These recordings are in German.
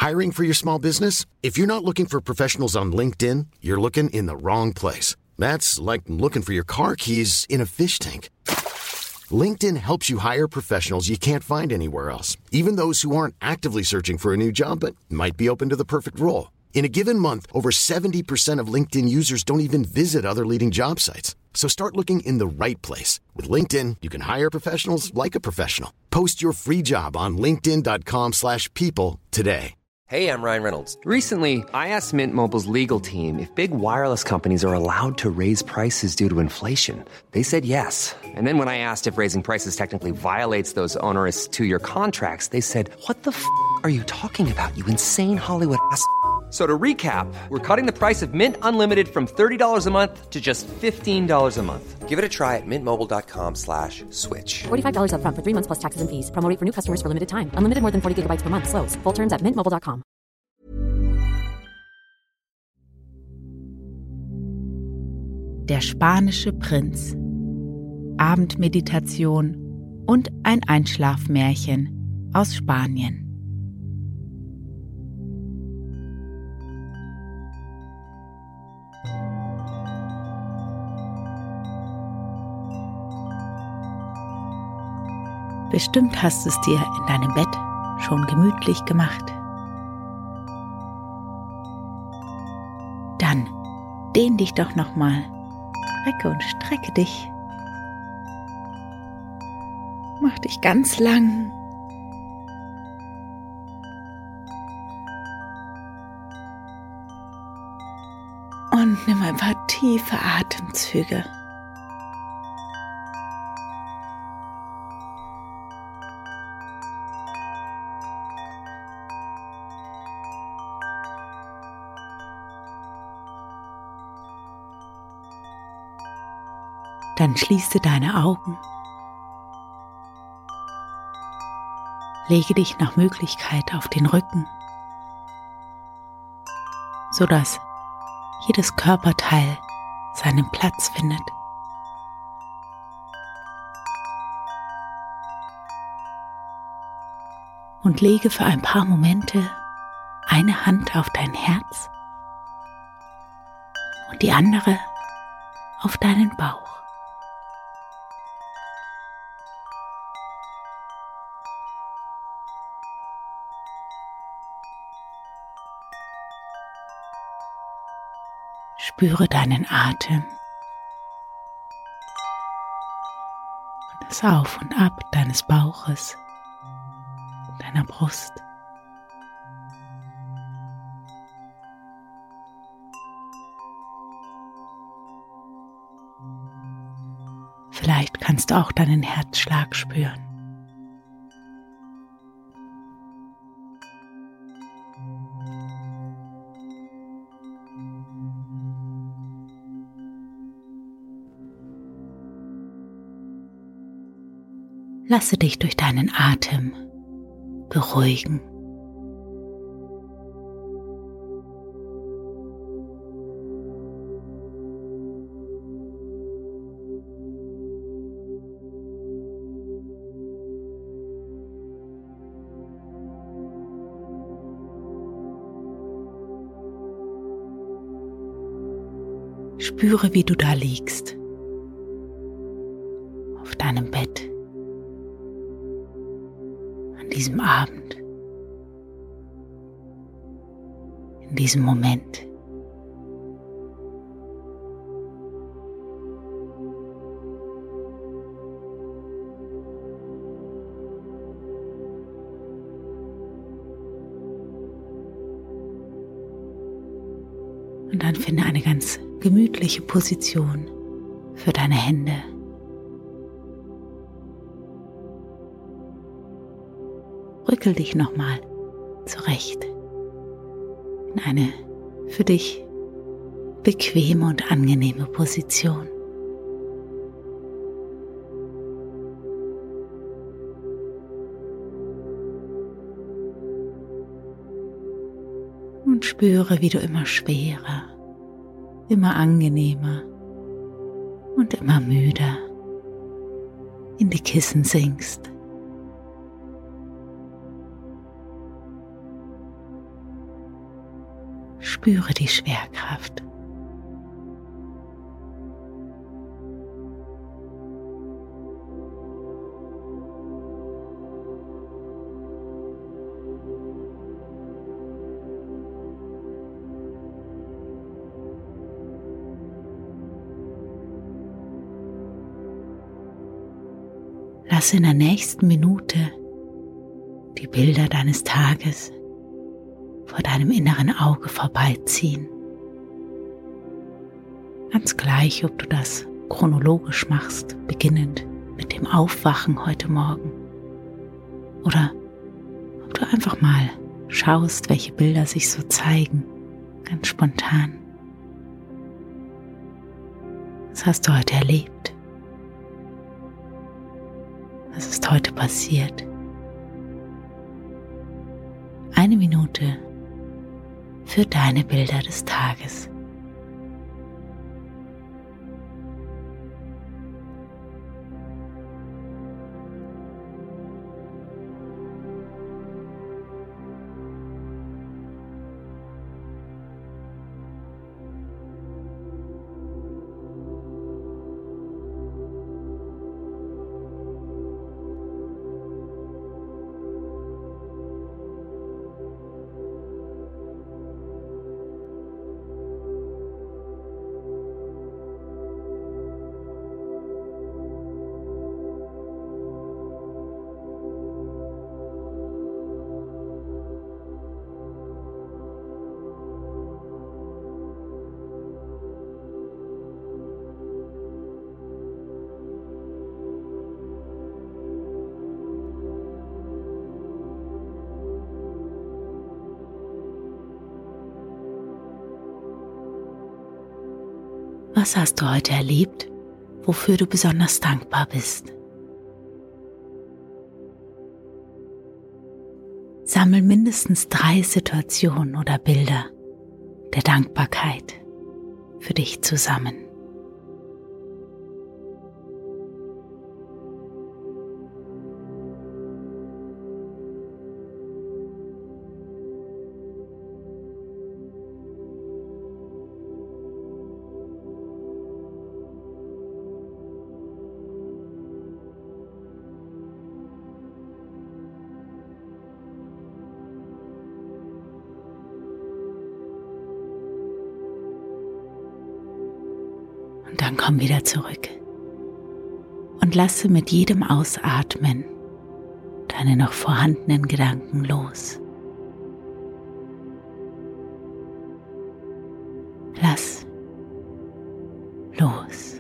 Hiring for your small business? If you're not looking for professionals on LinkedIn, you're looking in the wrong place. That's like looking for your car keys in a fish tank. LinkedIn helps you hire professionals you can't find anywhere else, even those who aren't actively searching for a new job but might be open to the perfect role. In a given month, over 70% of LinkedIn users don't even visit other leading job sites. So start looking in the right place. With LinkedIn, you can hire professionals like a professional. Post your free job on linkedin.com/people today. Hey, I'm Ryan Reynolds. Recently, I asked Mint Mobile's legal team if big wireless companies are allowed to raise prices due to inflation. They said yes. And then when I asked if raising prices technically violates those onerous two-year contracts, they said, "What the f*** are you talking about, you insane Hollywood ass?" So to recap, we're cutting the price of Mint Unlimited from $30 a month to just $15 a month. Give it a try at mintmobile.com/switch. $45 up front for 3 months plus taxes and fees. Promo rate for new customers for limited time. Unlimited more than 40 gigabytes per month. Slows full terms at mintmobile.com. Der spanische Prinz, Abendmeditation und ein Einschlafmärchen aus Spanien. Bestimmt hast du es dir in deinem Bett schon gemütlich gemacht. Dann dehn dich doch nochmal, recke und strecke dich. Mach dich ganz lang. Und nimm ein paar tiefe Atemzüge. Dann schließe deine Augen. Lege dich nach Möglichkeit auf den Rücken, sodass jedes Körperteil seinen Platz findet. Und lege für ein paar Momente eine Hand auf dein Herz und die andere auf deinen Bauch. Spüre deinen Atem und das Auf und Ab deines Bauches, deiner Brust. Vielleicht kannst du auch deinen Herzschlag spüren. Lasse dich durch deinen Atem beruhigen. Spüre, wie du da liegst, auf deinem Bett. Diesem Abend, in diesem Moment. Und dann finde eine ganz gemütliche Position für deine Hände. Rückel dich nochmal zurecht in eine für dich bequeme und angenehme Position. Und spüre, wie du immer schwerer, immer angenehmer und immer müder in die Kissen sinkst. Spüre die Schwerkraft. Lass in der nächsten Minute die Bilder deines Tages vor deinem inneren Auge vorbeiziehen. Ganz gleich, ob du das chronologisch machst, beginnend mit dem Aufwachen heute Morgen, oder ob du einfach mal schaust, welche Bilder sich so zeigen, ganz spontan. Was hast du heute erlebt? Was ist heute passiert? 1 Minute für deine Bilder des Tages. Was hast du heute erlebt, wofür du besonders dankbar bist? Sammel mindestens 3 Situationen oder Bilder der Dankbarkeit für dich zusammen. Und dann komm wieder zurück und lasse mit jedem Ausatmen deine noch vorhandenen Gedanken los. Lass los.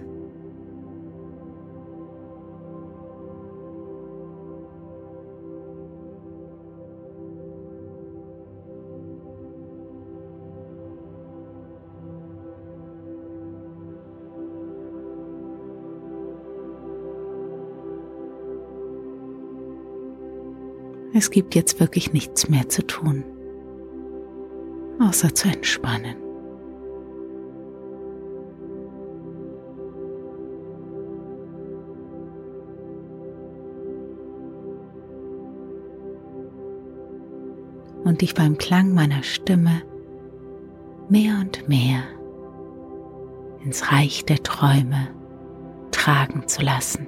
Es gibt jetzt wirklich nichts mehr zu tun, außer zu entspannen. Und dich beim Klang meiner Stimme mehr und mehr ins Reich der Träume tragen zu lassen.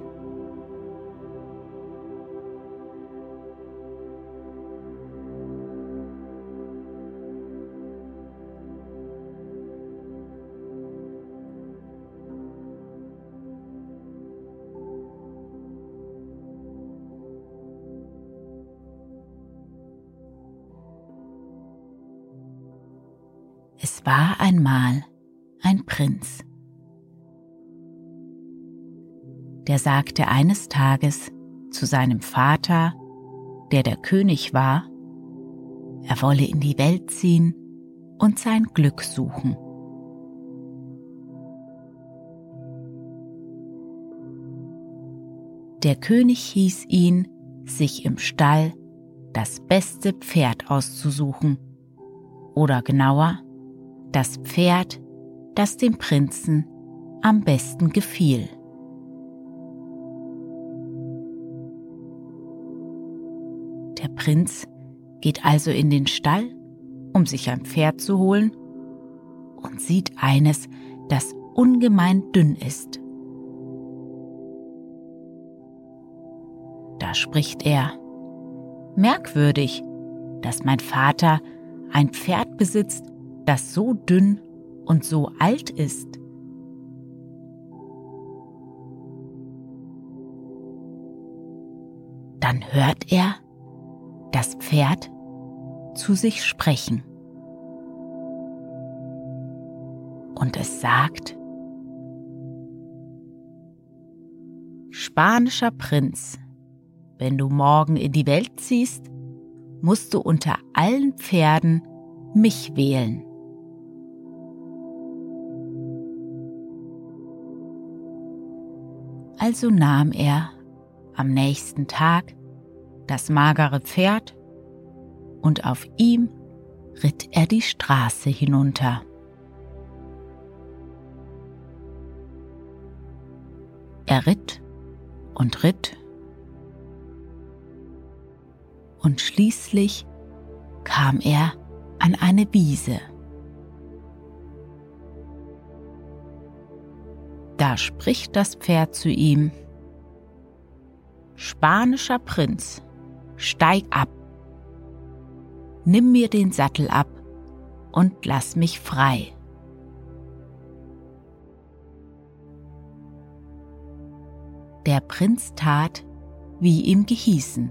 Es war einmal ein Prinz. Der sagte eines Tages zu seinem Vater, der König war, er wolle in die Welt ziehen und sein Glück suchen. Der König hieß ihn, sich im Stall das beste Pferd auszusuchen, oder genauer, das Pferd, das dem Prinzen am besten gefiel. Der Prinz geht also in den Stall, um sich ein Pferd zu holen und sieht eines, das ungemein dünn ist. Da spricht er: Merkwürdig, dass mein Vater ein Pferd besitzt, das so dünn und so alt ist. Dann hört er das Pferd zu sich sprechen. Und es sagt: Spanischer Prinz, wenn du morgen in die Welt ziehst, musst du unter allen Pferden mich wählen. Also nahm er am nächsten Tag das magere Pferd und auf ihm ritt er die Straße hinunter. Er ritt und ritt und schließlich kam er an eine Wiese. Da spricht das Pferd zu ihm: Spanischer Prinz, steig ab, nimm mir den Sattel ab und lass mich frei. Der Prinz tat, wie ihm gehießen.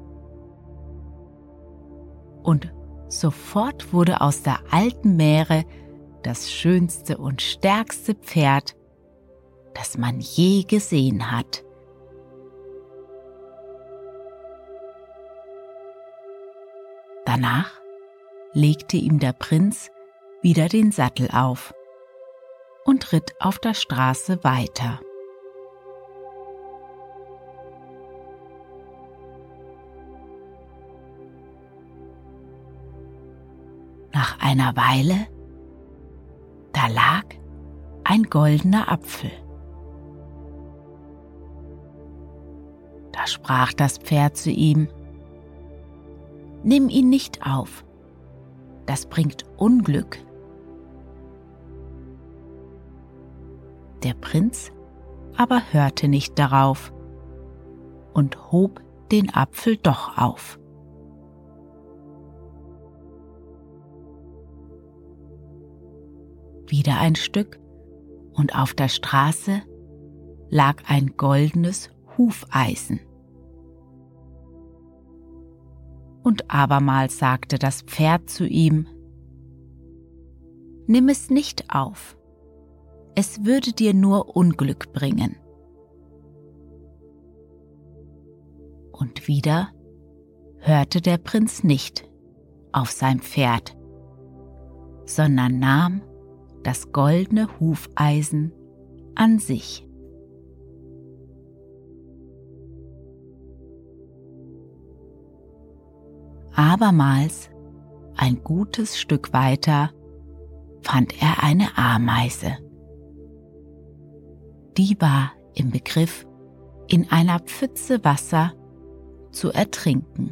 Und sofort wurde aus der alten Mähre das schönste und stärkste Pferd, das man je gesehen hat. Danach legte ihm der Prinz wieder den Sattel auf und ritt auf der Straße weiter. Nach einer Weile, da lag ein goldener Apfel. Da sprach das Pferd zu ihm: Nimm ihn nicht auf, das bringt Unglück. Der Prinz aber hörte nicht darauf und hob den Apfel doch auf. Wieder ein Stück, und auf der Straße lag ein goldenes Hufeisen. Und abermals sagte das Pferd zu ihm: Nimm es nicht auf, es würde dir nur Unglück bringen. Und wieder hörte der Prinz nicht auf sein Pferd, sondern nahm das goldene Hufeisen an sich. Abermals, ein gutes Stück weiter, fand er eine Ameise. Die war im Begriff, in einer Pfütze Wasser zu ertrinken.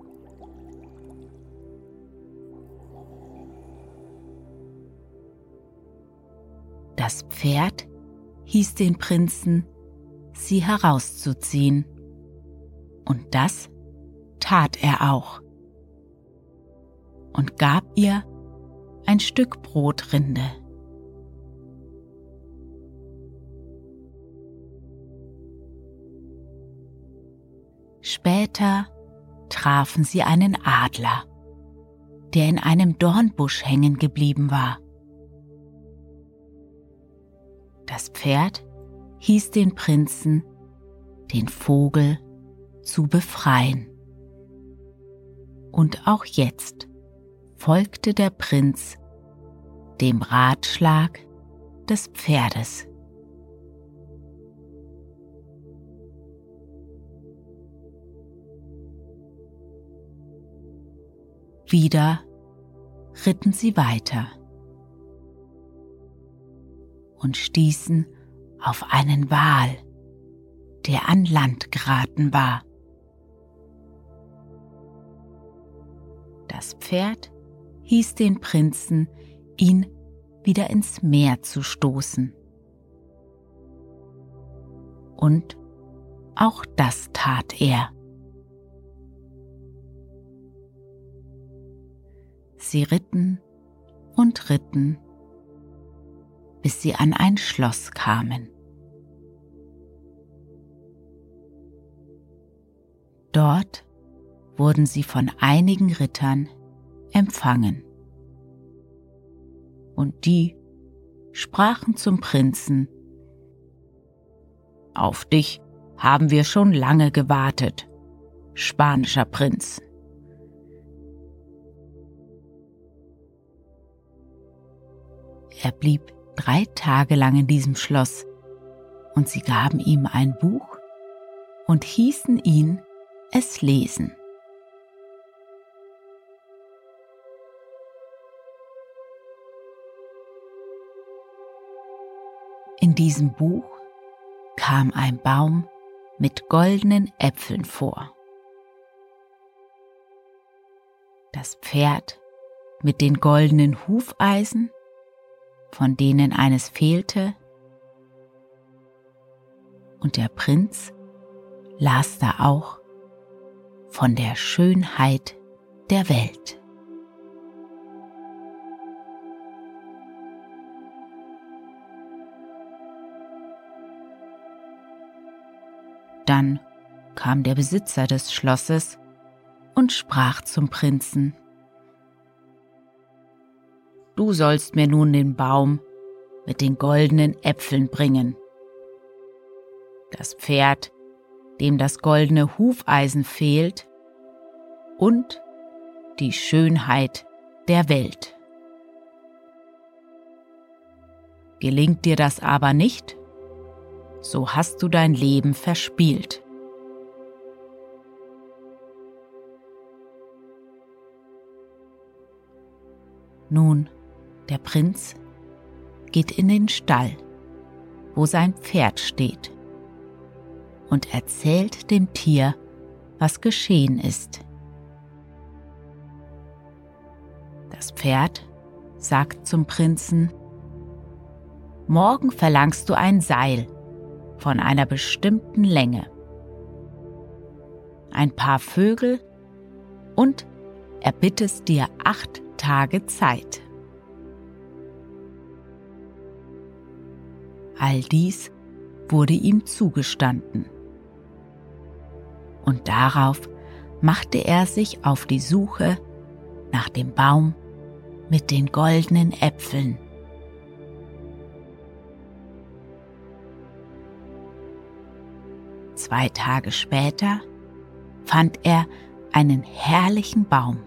Das Pferd hieß den Prinzen, sie herauszuziehen, und das tat er auch und gab ihr ein Stück Brotrinde. Später trafen sie einen Adler, der in einem Dornbusch hängen geblieben war. Das Pferd hieß den Prinzen, den Vogel zu befreien. Und auch jetzt folgte der Prinz dem Ratschlag des Pferdes. Wieder ritten sie weiter und stießen auf einen Wal, der an Land geraten war. Das Pferd hieß den Prinzen, ihn wieder ins Meer zu stoßen. Und auch das tat er. Sie ritten und ritten, bis sie an ein Schloss kamen. Dort wurden sie von einigen Rittern empfangen. Und die sprachen zum Prinzen: Auf dich haben wir schon lange gewartet, spanischer Prinz. Er blieb 3 Tage lang in diesem Schloss, und sie gaben ihm ein Buch und hießen ihn es lesen. In diesem Buch kam ein Baum mit goldenen Äpfeln vor. Das Pferd mit den goldenen Hufeisen, von denen eines fehlte, und der Prinz las da auch von der Schönheit der Welt. Dann kam der Besitzer des Schlosses und sprach zum Prinzen: Du sollst mir nun den Baum mit den goldenen Äpfeln bringen. Das Pferd, dem das goldene Hufeisen fehlt, und die Schönheit der Welt. Gelingt dir das aber nicht, so hast du dein Leben verspielt. Nun, der Prinz geht in den Stall, wo sein Pferd steht, und erzählt dem Tier, was geschehen ist. Das Pferd sagt zum Prinzen: Morgen verlangst du ein Seil von einer bestimmten Länge, ein paar Vögel und erbittest dir 8 Tage Zeit. All dies wurde ihm zugestanden. Und darauf machte er sich auf die Suche nach dem Baum mit den goldenen Äpfeln. Zwei Tage später fand er einen herrlichen Baum.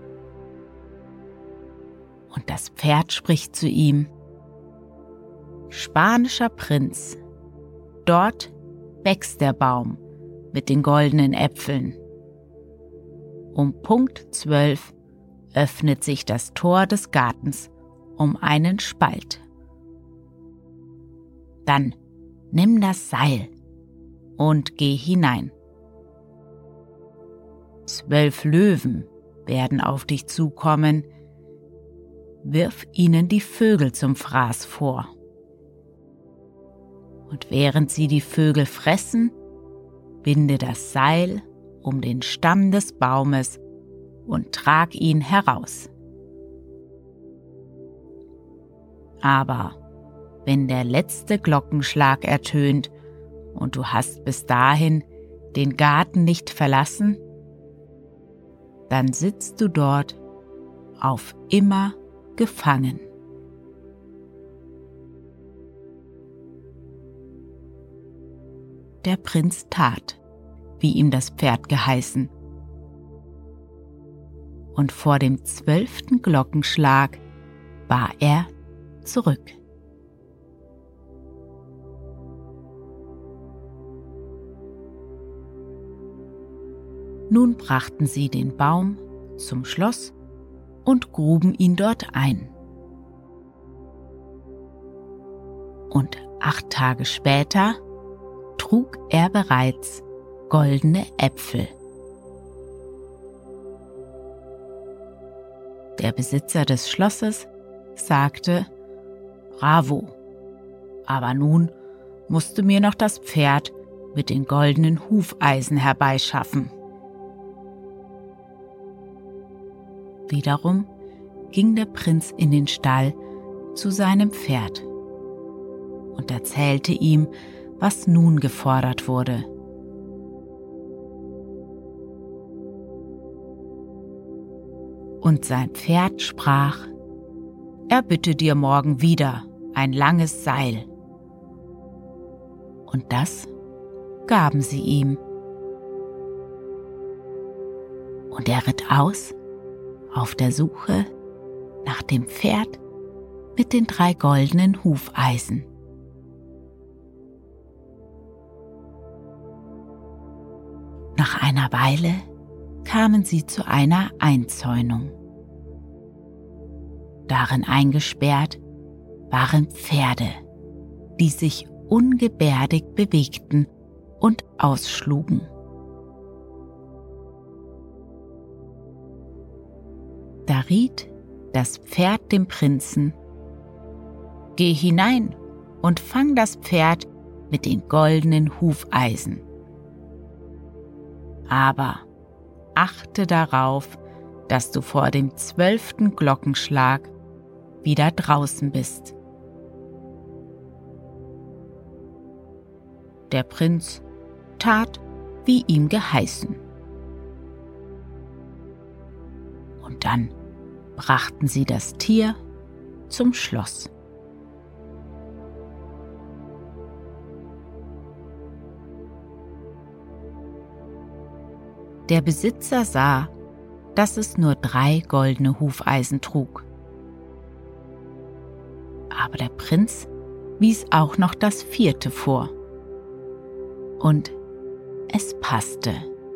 Und das Pferd spricht zu ihm: Spanischer Prinz, dort wächst der Baum mit den goldenen Äpfeln. Um Punkt 12 öffnet sich das Tor des Gartens um einen Spalt. Dann nimm das Seil und geh hinein. 12 Löwen werden auf dich zukommen. Wirf ihnen die Vögel zum Fraß vor. Und während sie die Vögel fressen, binde das Seil um den Stamm des Baumes und trag ihn heraus. Aber wenn der letzte Glockenschlag ertönt und du hast bis dahin den Garten nicht verlassen, dann sitzt du dort auf immer gefangen. Der Prinz tat, wie ihm das Pferd geheißen. Und vor dem 12. Glockenschlag war er zurück. Nun brachten sie den Baum zum Schloss und gruben ihn dort ein. Und 8 Tage später trug er bereits goldene Äpfel. Der Besitzer des Schlosses sagte: Bravo. Aber nun musst du mir noch das Pferd mit den goldenen Hufeisen herbeischaffen. Wiederum ging der Prinz in den Stall zu seinem Pferd und erzählte ihm, was nun gefordert wurde. Und sein Pferd sprach: Er bitte dir morgen wieder ein langes Seil. Und das gaben sie ihm. Und er ritt aus auf der Suche nach dem Pferd mit den 3 goldenen Hufeisen. Nach einer Weile kamen sie zu einer Einzäunung. Darin eingesperrt waren Pferde, die sich ungebärdig bewegten und ausschlugen. Da riet das Pferd dem Prinzen: Geh hinein und fang das Pferd mit den goldenen Hufeisen. Aber achte darauf, dass du vor dem 12. Glockenschlag wieder draußen bist. Der Prinz tat, wie ihm geheißen. Und dann brachten sie das Tier zum Schloss. Der Besitzer sah, dass es nur 3 goldene Hufeisen trug. Aber der Prinz wies auch noch das 4. vor. Und es passte.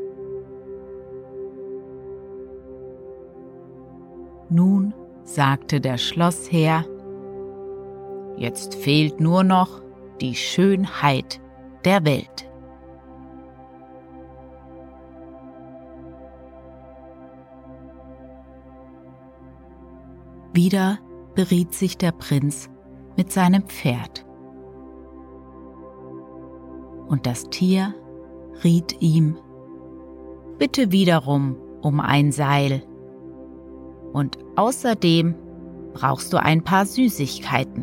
Nun sagte der Schlossherr: Jetzt fehlt nur noch die Schönheit der Welt. Wieder beriet sich der Prinz mit seinem Pferd. Und das Tier riet ihm: Bitte wiederum um ein Seil. Und außerdem brauchst du ein paar Süßigkeiten.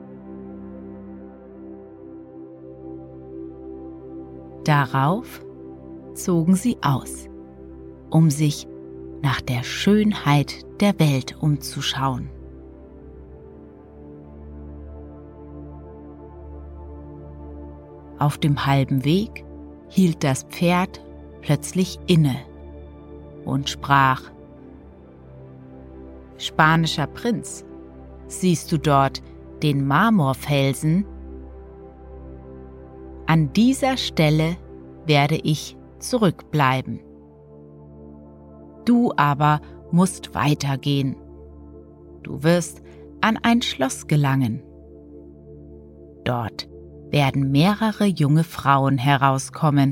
Darauf zogen sie aus, um sich nach der Schönheit der Welt umzuschauen. Auf dem halben Weg hielt das Pferd plötzlich inne und sprach: Spanischer Prinz, siehst du dort den Marmorfelsen? An dieser Stelle werde ich zurückbleiben. Du aber musst weitergehen. Du wirst an ein Schloss gelangen. Dort werden mehrere junge Frauen herauskommen.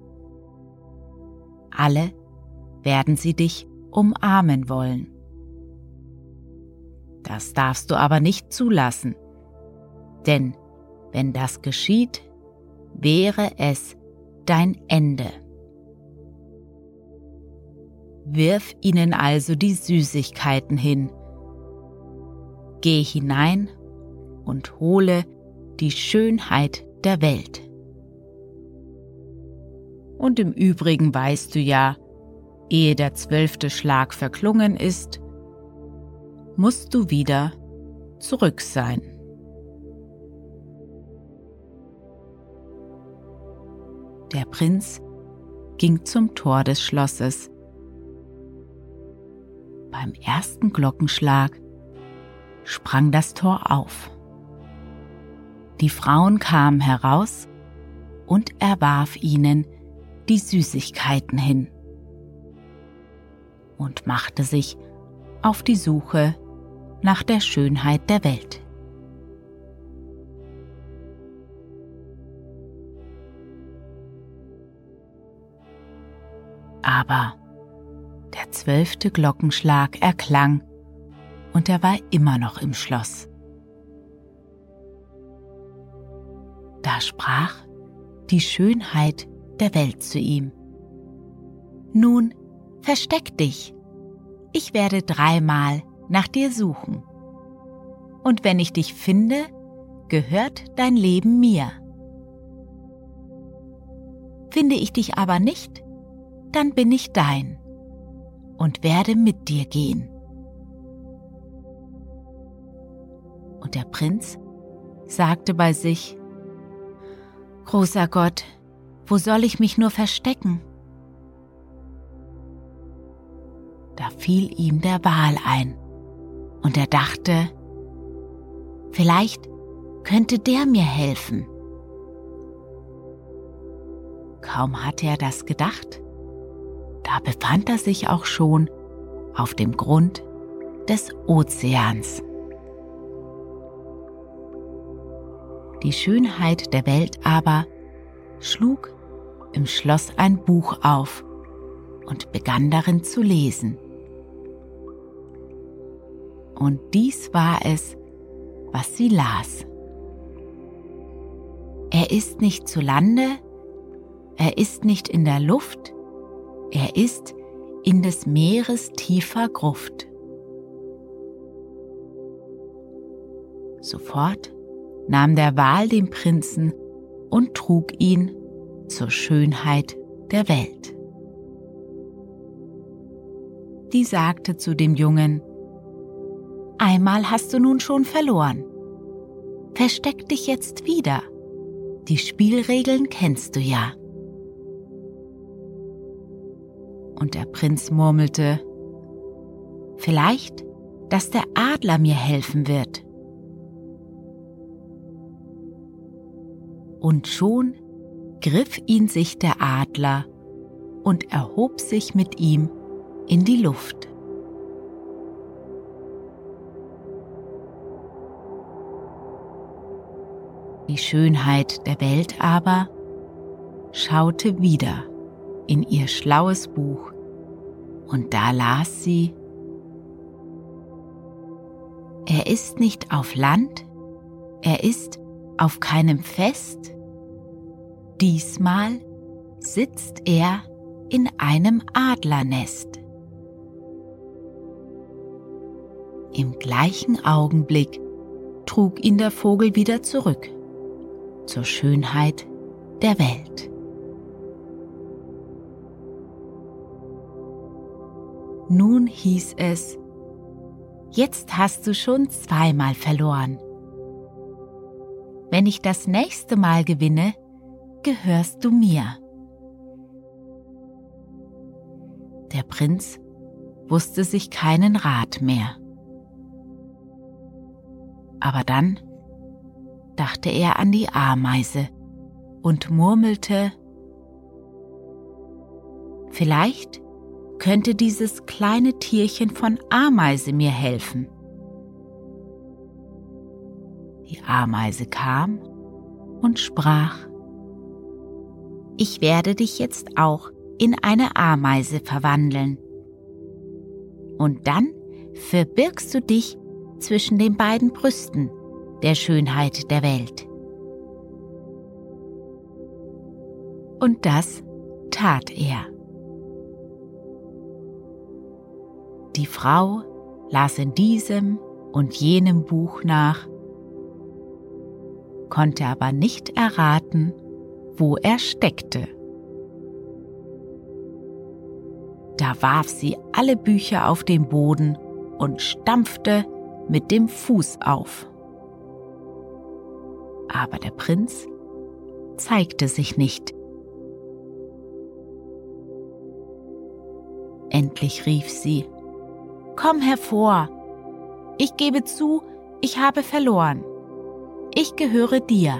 Alle werden sie dich umarmen wollen. Das darfst du aber nicht zulassen, denn wenn das geschieht, wäre es dein Ende. Wirf ihnen also die Süßigkeiten hin. Geh hinein und hole die Schönheit der Welt. Und im Übrigen weißt du ja, ehe der 12. Schlag verklungen ist, musst du wieder zurück sein. Der Prinz ging zum Tor des Schlosses. Beim ersten Glockenschlag sprang das Tor auf. Die Frauen kamen heraus und er warf ihnen die Süßigkeiten hin und machte sich auf die Suche nach der Schönheit der Welt. Aber der 12. Glockenschlag erklang und er war immer noch im Schloss. Da sprach die Schönheit der Welt zu ihm: Nun, versteck dich, ich werde 3-mal nach dir suchen. Und wenn ich dich finde, gehört dein Leben mir. Finde ich dich aber nicht, dann bin ich dein und werde mit dir gehen. Und der Prinz sagte bei sich: Großer Gott, wo soll ich mich nur verstecken? Da fiel ihm der Wal ein und er dachte, vielleicht könnte der mir helfen. Kaum hatte er das gedacht, da befand er sich auch schon auf dem Grund des Ozeans. Die Schönheit der Welt aber schlug im Schloss ein Buch auf und begann darin zu lesen. Und dies war es, was sie las. Er ist nicht zu Lande, er ist nicht in der Luft, er ist in des Meeres tiefer Gruft. Sofort nahm der Wal den Prinzen und trug ihn zur Schönheit der Welt. Die sagte zu dem Jungen: Einmal hast du nun schon verloren. Versteck dich jetzt wieder. Die Spielregeln kennst du ja. Und der Prinz murmelte: Vielleicht, dass der Adler mir helfen wird. Und schon griff ihn sich der Adler und erhob sich mit ihm in die Luft. Die Schönheit der Welt aber schaute wieder in ihr schlaues Buch und da las sie: Er ist nicht auf Land, er ist auf keinem Fest, diesmal sitzt er in einem Adlernest. Im gleichen Augenblick trug ihn der Vogel wieder zurück zur Schönheit der Welt. Nun hieß es: Jetzt hast du schon 2-mal verloren. Wenn ich das nächste Mal gewinne, gehörst du mir. Der Prinz wusste sich keinen Rat mehr. Aber dann dachte er an die Ameise und murmelte: Vielleicht könnte dieses kleine Tierchen von Ameise mir helfen. Die Ameise kam und sprach: Ich werde dich jetzt auch in eine Ameise verwandeln. Und dann verbirgst du dich zwischen den beiden Brüsten der Schönheit der Welt. Und das tat er. Die Frau las in diesem und jenem Buch nach, konnte aber nicht erraten, wo er steckte. Da warf sie alle Bücher auf den Boden und stampfte mit dem Fuß auf. Aber der Prinz zeigte sich nicht. Endlich rief sie: Komm hervor! Ich gebe zu, ich habe verloren. Ich gehöre dir.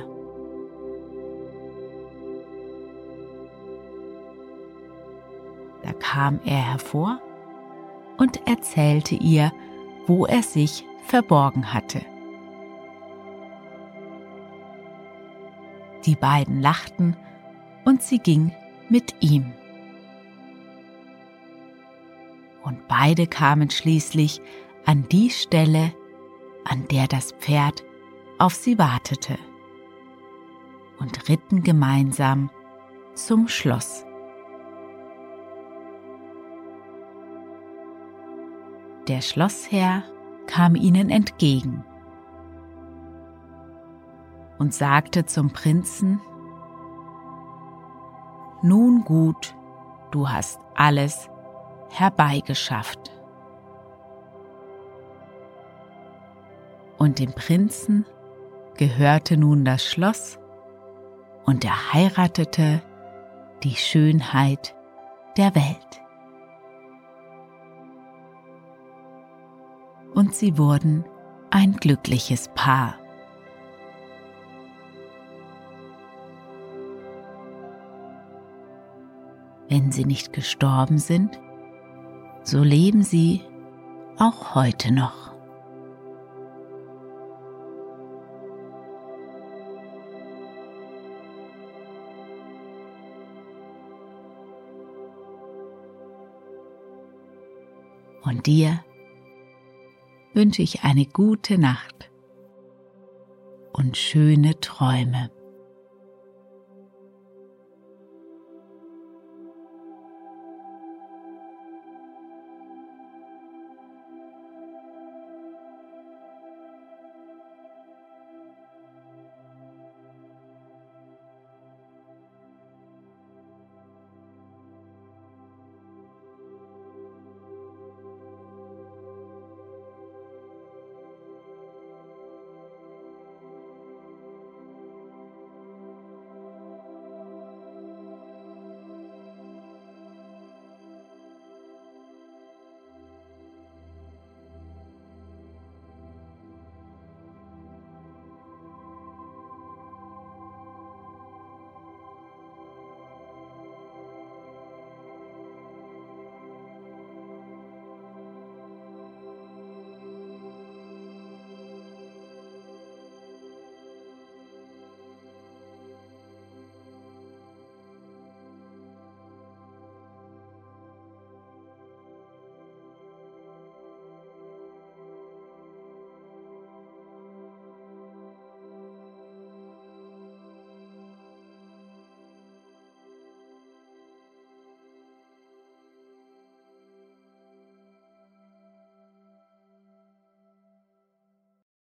Da kam er hervor und erzählte ihr, wo er sich verborgen hatte. Die beiden lachten und sie ging mit ihm. Und beide kamen schließlich an die Stelle, an der das Pferd auf sie wartete. und ritten gemeinsam zum Schloss. Der Schlossherr kam ihnen entgegen und sagte zum Prinzen: »Nun gut, du hast alles herbeigeschafft.« Und dem Prinzen gehörte nun das Schloss, und er heiratete die Schönheit der Welt. Und sie wurden ein glückliches Paar. Wenn sie nicht gestorben sind, so leben sie auch heute noch. Und dir wünsche ich eine gute Nacht und schöne Träume.